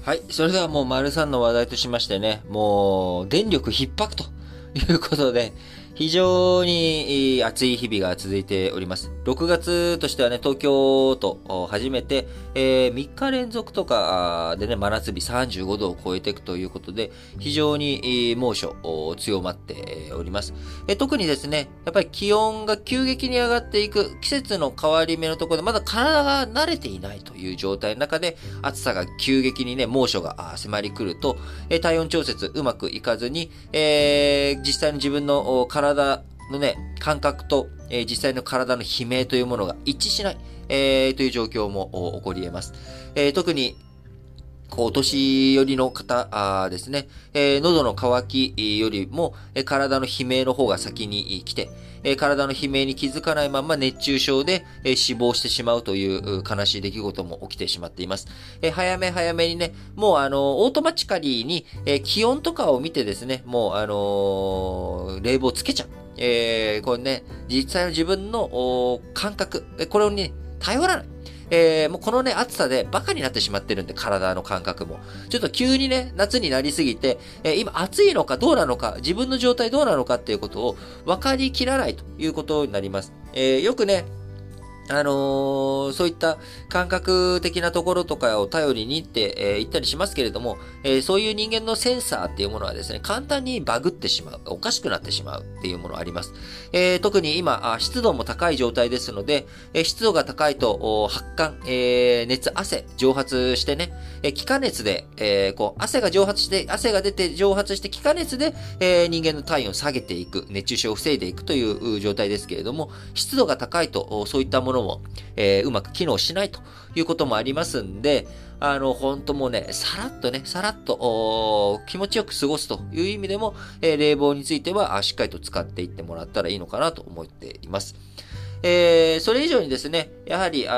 はい。それではもう丸3の話題としましてね、もう電力逼迫ということで、非常に暑い日々が続いております。6月としてはね、東京都初めて、3日連続とかでね、真夏日35度を超えていくということで、非常に猛暑強まっております。特にですね、やっぱり気温が急激に上がっていく季節の変わり目のところで、まだ体が慣れていないという状態の中で、暑さが急激にね、猛暑が迫り来ると、体温調節うまくいかずに、実際の自分の体のね、感覚と、実際の体の悲鳴というものが一致しない、という状況も起こり得ます。特に、お年寄りの方ですね、喉の渇きよりも、体の悲鳴の方が先に来て、体の悲鳴に気づかないまま熱中症で、死亡してしまうという悲しい出来事も起きてしまっています。早め早めにね、もうオートマチカリーに、気温とかを見てですね、もう冷房つけちゃう。これね、実際の自分の感覚、これをね、頼らない。もうこのね、暑さでバカになってしまってるんで、体の感覚も。ちょっと急にね、夏になりすぎて、今暑いのかどうなのか、自分の状態どうなのかっていうことを分かりきらないということになります。よくね、そういった感覚的なところとかを頼りにって言ったりしますけれども、そういう人間のセンサーっていうものはですね、簡単にバグってしまう、おかしくなってしまうっていうものがあります。特に今、湿度も高い状態ですので、湿度が高いと発汗、熱、汗、蒸発してね、気化熱で、汗が蒸発して、汗が出て蒸発して気化熱で、人間の体温を下げていく、熱中症を防いでいくという状態ですけれども、湿度が高いと、そういったものも、うまく機能しないということもありますんで、本当もうね、さらっと、気持ちよく過ごすという意味でも、冷房については、しっかりと使っていってもらったらいいのかなと思っています。それ以上にですね、やはり、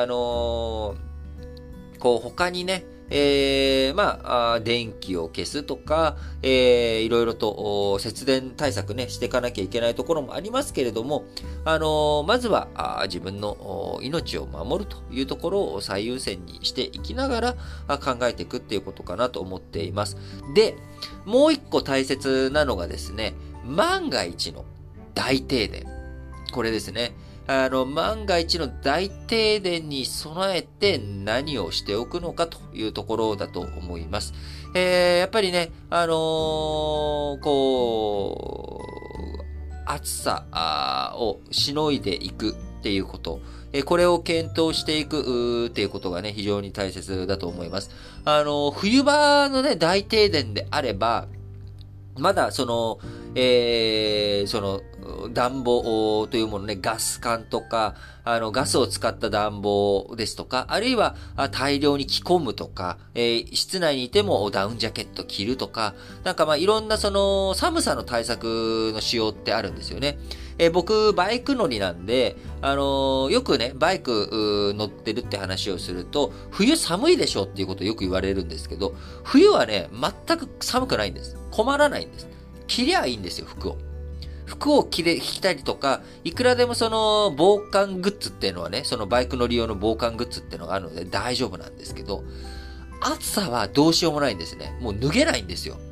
他にね、電気を消すとか、いろいろと節電対策ね、していかなきゃいけないところもありますけれども、まずは自分の命を守るというところを最優先にしていきながら考えていくっていうことかなと思っています。で、もう一個大切なのがですね、万が一の大停電。これですね。万が一の大停電に備えて何をしておくのかというところだと思います。やっぱりね、暑さをしのいでいくっていうこと。これを検討していくっていうことがね、非常に大切だと思います。冬場のね、大停電であれば、まだ暖房というものね、ガス管とか、ガスを使った暖房ですとか、あるいは大量に着込むとか、室内にいてもダウンジャケット着るとか、いろんな寒さの対策の仕様ってあるんですよね。僕、バイク乗りなんで、よくね、バイク乗ってるって話をすると、冬寒いでしょっていうことをよく言われるんですけど、冬はね、全く寒くないんです。困らないんです。着りゃいいんですよ、服を。服を着たりとか、いくらでも防寒グッズっていうのはね、バイク乗り用の防寒グッズっていうのがあるので大丈夫なんですけど、暑さはどうしようもないんですね。もう脱げないんですよ。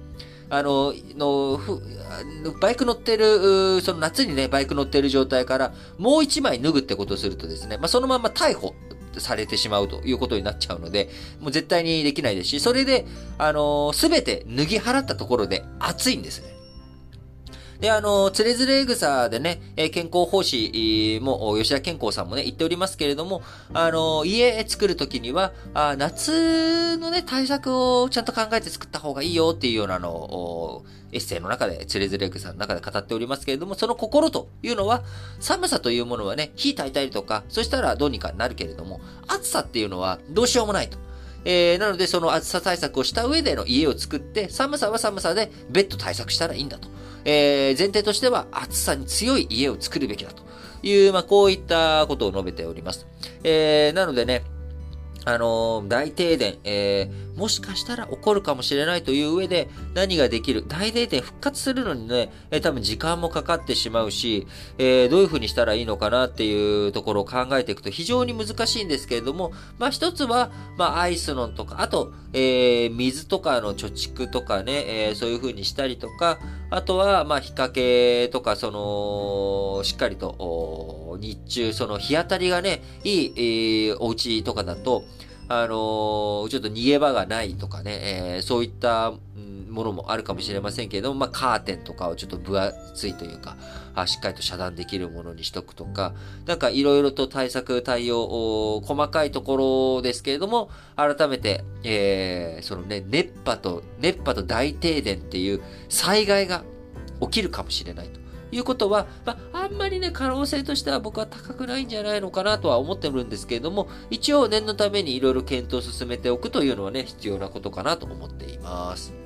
バイク乗ってる、夏にね、バイク乗ってる状態から、もう一枚脱ぐってことをするとですね、そのまま逮捕されてしまうということになっちゃうので、もう絶対にできないですし、それで、すべて脱ぎ払ったところで暑いんですね。で、つれづれ草でね、健康奉仕も、吉田健康さんもね、言っておりますけれども、家作るときには、夏のね、対策をちゃんと考えて作った方がいいよっていうようなエッセイの中で、つれづれ草の中で語っておりますけれども、その心というのは、寒さというものはね、火焚いたりとか、そしたらどうにかなるけれども、暑さっていうのはどうしようもないと。なので、その暑さ対策をした上での家を作って、寒さは寒さで別途対策したらいいんだと。前提としては暑さに強い家を作るべきだという、こういったことを述べております。なのでね、 大停電、もしかしたら起こるかもしれないという上で何ができる大停電復活するのにね、多分時間もかかってしまうし、どういう風にしたらいいのかなっていうところを考えていくと非常に難しいんですけれども、まあ一つは、まあアイスノンとか、あと、水とかの貯蓄とかね、そういう風にしたりとか、あとは、まあ日陰とか、しっかりと、日中、日当たりがね、いい、お家とかだと、ちょっと逃げ場がないとかね、そういった、ものもあるかもしれませんけれども、まあ、カーテンとかをちょっと分厚いというか、しっかりと遮断できるものにしとくとか、なんかいろいろと対応、細かいところですけれども、改めて、熱波と大停電っていう災害が起きるかもしれないと。いうことは、まあ、あんまりね、可能性としては僕は高くないんじゃないのかなとは思ってるんですけれども、一応念のためにいろいろ検討を進めておくというのはね、必要なことかなと思っています。